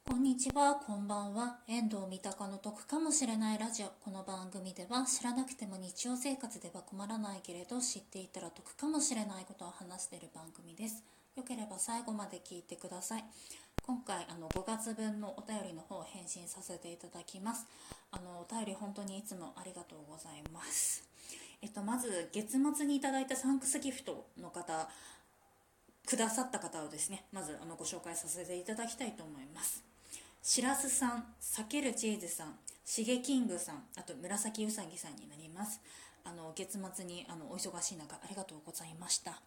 こんにちは、こんばんは。遠藤三鷹の得かもしれないラジオ。この番組では知らなくても日常生活では困らないけれど知っていたら得かもしれないことを話している番組です。よければ最後まで聞いてください。今回5月分のお便りの方を返信させていただきます。お便り本当にいつもありがとうございます。まず月末にいただいたサンクスギフトの方くださった方をですね、まずご紹介させていただきたいと思います。しらすさん、さけるチーズさん、しげキングさん、あと紫うさぎさんになります。月末にお忙しい中ありがとうございました。はい、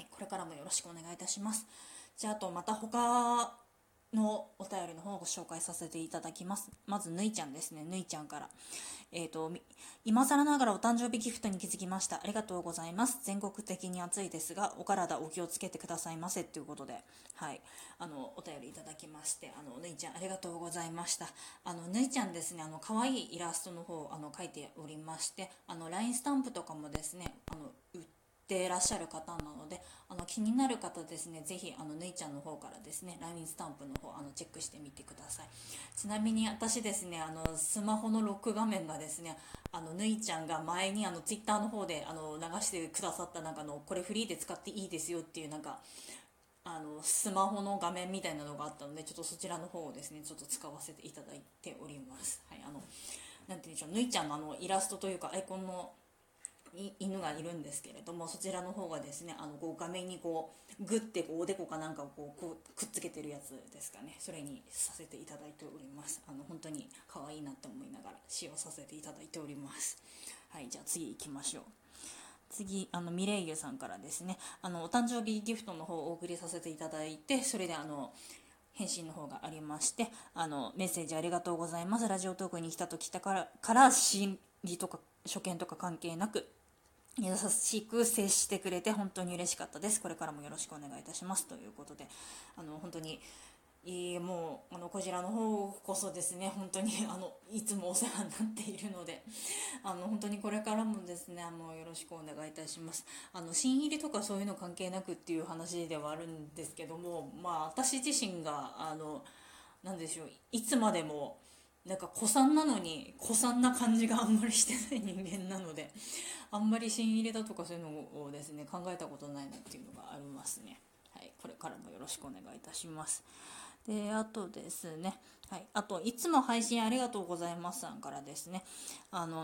これからもよろしくお願いいたします。じゃあ、あとまた他のお便りの方をご紹介させていただきます。まずぬいちゃんですね。ぬいちゃんから、今更ながらお誕生日ギフトに気づきました。ありがとうございます。全国的に暑いですがお体お気をつけてくださいませということで、はい、お便りいただきまして、ぬいちゃんありがとうございました。ぬいちゃんですね、可愛いイラストの方を描いておりまして、LINE スタンプとかもですね売ってらっしゃる方なので、気になる方ですね、ぜひぬいちゃんの方からですね LINE スタンプの方チェックしてみてください。ちなみに私ですね、スマホのロック画面がですね、ぬいちゃんが前にツイッターの方で流してくださったなんかこれフリーで使っていいですよっていうなんかスマホの画面みたいなのがあったので、ちょっとそちらの方をですねちょっと使わせていただいております。はい、なんていうんでしょう、ぬいちゃんのイラストというかアイコンの犬がいるんですけれども、そちらの方がですねこう画面にこうグッてこうおでこかなんかをこうくっつけてるやつですかね、それにさせていただいております。本当に可愛いなって思いながら使用させていただいております。はい、じゃあ次行きましょう。次ミレイユさんからですね、お誕生日ギフトの方をお送りさせていただいて、それで返信の方がありまして、メッセージありがとうございます。ラジオトークに来たと来たから心理とか初見とか関係なく優しく接してくれて本当に嬉しかったです。これからもよろしくお願いいたしますということで、本当にもうこちらの方こそですね、本当にいつもお世話になっているので、本当にこれからもですねよろしくお願いいたします。新入りとかそういうの関係なくっていう話ではあるんですけども、私自身がなんでしょう、いつまでもなんか古参なのに古参な感じがあんまりしてない人間なので、あんまり新入りだとかそういうのをですね考えたことないなっていうのがありますね。はい、これからもよろしくお願いいたします。で、あとですね、はい、あといつも配信ありがとうございますさんからですね、あの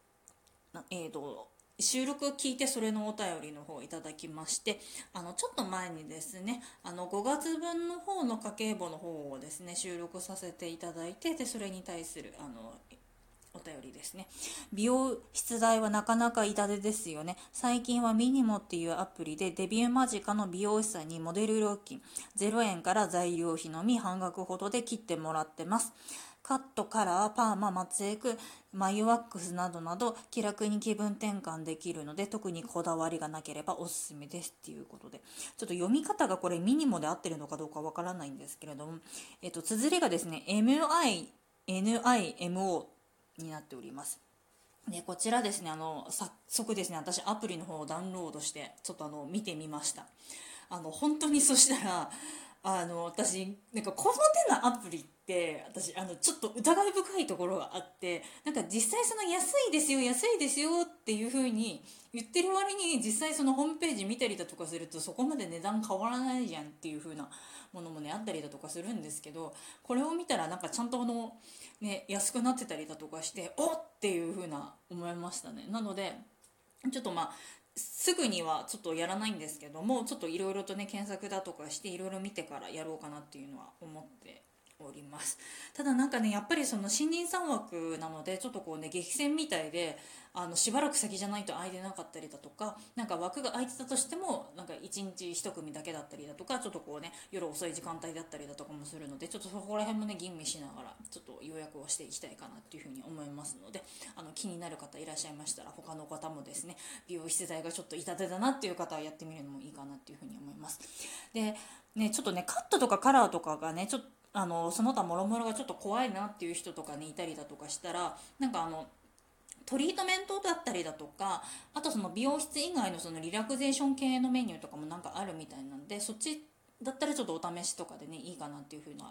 収録を聞いてそれのお便りの方をいただきまして、ちょっと前にですね5月分の方の家計簿の方をですね収録させていただいて、でそれに対するお便りですね。美容室代はなかなか痛手ですよね。最近はミニモっていうアプリでデビュー間近の美容師さんにモデル料金0円から材料費のみ半額ほどで切ってもらってます。カット、カラー、パーマ、松エク、眉ワックスなどなど気楽に気分転換できるので特にこだわりがなければおすすめですっていうことで、ちょっと読み方がこれミニモで合ってるのかどうかわからないんですけれども、綴りがですね MINIMOになっております。でこちらですね早速ですね私アプリの方をダウンロードしてちょっと見てみました。本当にそしたら私なんかこの手のアプリって私ちょっと疑い深いところがあって、なんか実際その安いですよ安いですよっていう風に言ってる割に実際そのホームページ見たりだとかするとそこまで値段変わらないじゃんっていう風なものもねあったりだとかするんですけど、これを見たらなんかちゃんと安くなってたりだとかしておっていう風な思いましたね。なのでちょっとすぐにはちょっとやらないんですけども、ちょっといろいろとね検索だとかしていろいろ見てからやろうかなっていうのは思っております。ただなんかねやっぱりその森林山枠なのでちょっとこうね激戦みたいでしばらく先じゃないと空いてなかったりだとか、なんか枠が空いてたとしてもなんか1日1組だけだったりだとか、ちょっとこうね夜遅い時間帯だったりだとかもするので、ちょっとそこら辺もね吟味しながらちょっと予約をしていきたいかなっていうふうに思いますので、気になる方いらっしゃいましたら他の方もですね美容室代がちょっと痛手だなっていう方はやってみるのもいいかなっていうふうに思います。でね、ちょっとねカットとかカラーとかがねちょっとその他もろもろがちょっと怖いなっていう人とかねいたりだとかしたら、なんかトリートメントだったりだとか、あとその美容室以外のそのリラクゼーション系のメニューとかもなんかあるみたいなんで、そっちだったらちょっとお試しとかでねいいかなっていうふうな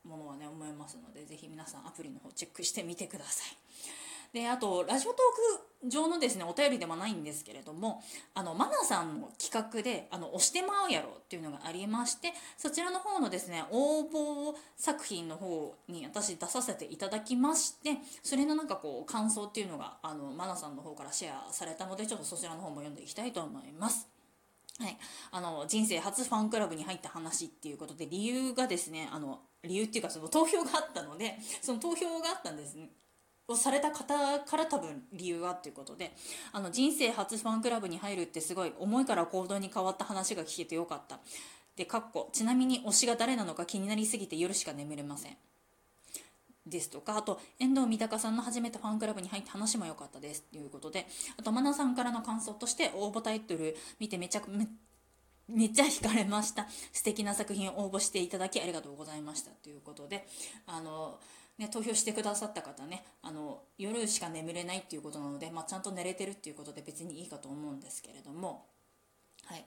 ものはね思いますので、ぜひ皆さんアプリの方チェックしてみてください。であとラジオトーク上のですねお便りでもないんですけれども、マナさんの企画で押してまうやろっていうのがありまして、そちらの方のですね応募作品の方に私出させていただきまして、それのなんかこう感想っていうのがマナさんの方からシェアされたので、ちょっとそちらの方も読んでいきたいと思います。はい、人生初ファンクラブに入った話っていうことで、理由がですね理由っていうかその投票があったので、その投票があったんですねをされた方から多分理由がっていうことで、人生初ファンクラブに入るってすごい思いから行動に変わった話が聞けてよかったで、ちなみに推しが誰なのか気になりすぎて夜しか眠れませんですとか、あと遠藤三鷹さんの初めてファンクラブに入った話も良かったですということで、あとマナさんからの感想として、応募タイトル見てめっちゃ惹かれました、素敵な作品を応募していただきありがとうございましたということで、投票してくださった方ね、夜しか眠れないっていうことなので、ちゃんと寝れてるっていうことで別にいいかと思うんですけれども、はい、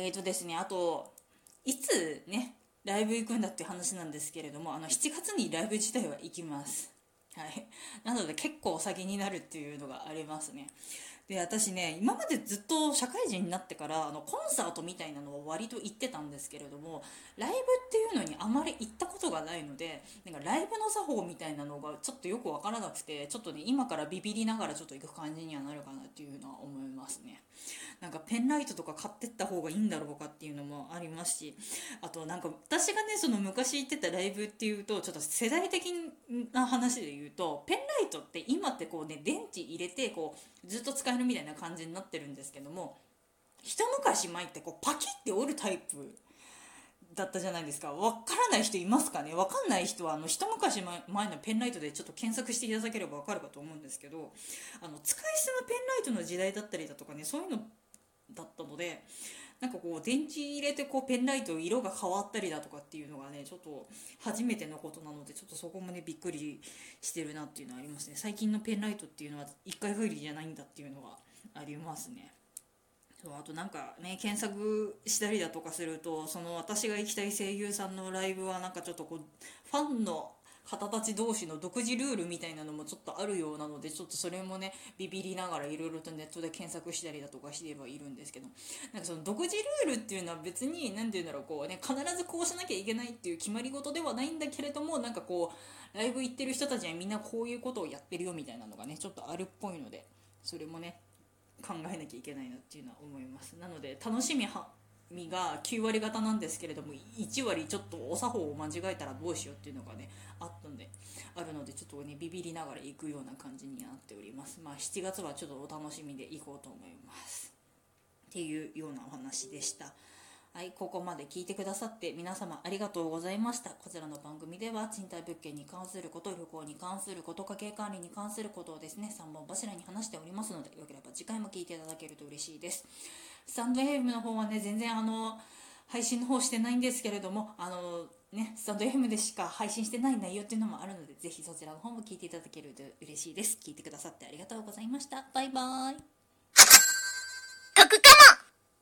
ですね、あといつねライブ行くんだっていう話なんですけれども、7月にライブ自体は行きます。はい、なので結構先になるっていうのがありますね。で私ね今までずっと社会人になってからコンサートみたいなのを割と行ってたんですけれども、ライブっていうのにあまり行ったことがないので、なんかライブの作法みたいなのがちょっとよく分からなくて、ちょっとね今からビビりながらちょっと行く感じにはなるかなっていうのは思いますね。なんかペンライトとか買ってった方がいいんだろうかっていうのもありますし、あとなんか私がねその昔行ってたライブっていうと、ちょっと世代的な話で言うと、ペンライトって今ってこうね電池入れてこうずっと使えるみたいな感じになってるんですけども、一昔前ってこうパキって折るタイプだったじゃないですか。わからない人いますかね。わかんない人は一昔前のペンライトでちょっと検索していただければわかるかと思うんですけど、使い捨てのペンライトの時代だったりだとかね、そういうのだったので、なんかこう電池入れてこうペンライト色が変わったりだとかっていうのがねちょっと初めてのことなので、ちょっとそこもねびっくりしてるなっていうのはありますね。最近のペンライトっていうのは一回封入りじゃないんだっていうのがありますね。あとなんかね検索したりだとかすると、その私が行きたい声優さんのライブはなんかちょっとこうファンの方たち同士の独自ルールみたいなのもちょっとあるようなので、ちょっとそれもねビビりながらいろいろとネットで検索したりだとかしてればいるんですけど、なんかその独自ルールっていうのは別に何て言うんだろう、こうね必ずこうしなきゃいけないっていう決まり事ではないんだけれども、なんかこうライブ行ってる人たちはみんなこういうことをやってるよみたいなのがねちょっとあるっぽいので、それもね考えなきゃいけないなっていうのは思います。なので楽しみが9割方なんですけれども、1割ちょっとお作法を間違えたらどうしようっていうのがねあるので、ちょっとねビビりながら行くような感じになっております。7月はちょっとお楽しみで行こうと思いますっていうようなお話でした。はい、ここまで聞いてくださって皆様ありがとうございました。こちらの番組では賃貸物件に関すること、旅行に関すること、家計管理に関することをですね3本柱に話しておりますので、よければ次回も聞いていただけると嬉しいです。スタンド FM の方はね全然配信の方してないんですけれども、スタンド FM でしか配信してない内容っていうのもあるので、ぜひそちらの方も聞いていただけると嬉しいです。聞いてくださってありがとうございました。バイバイ。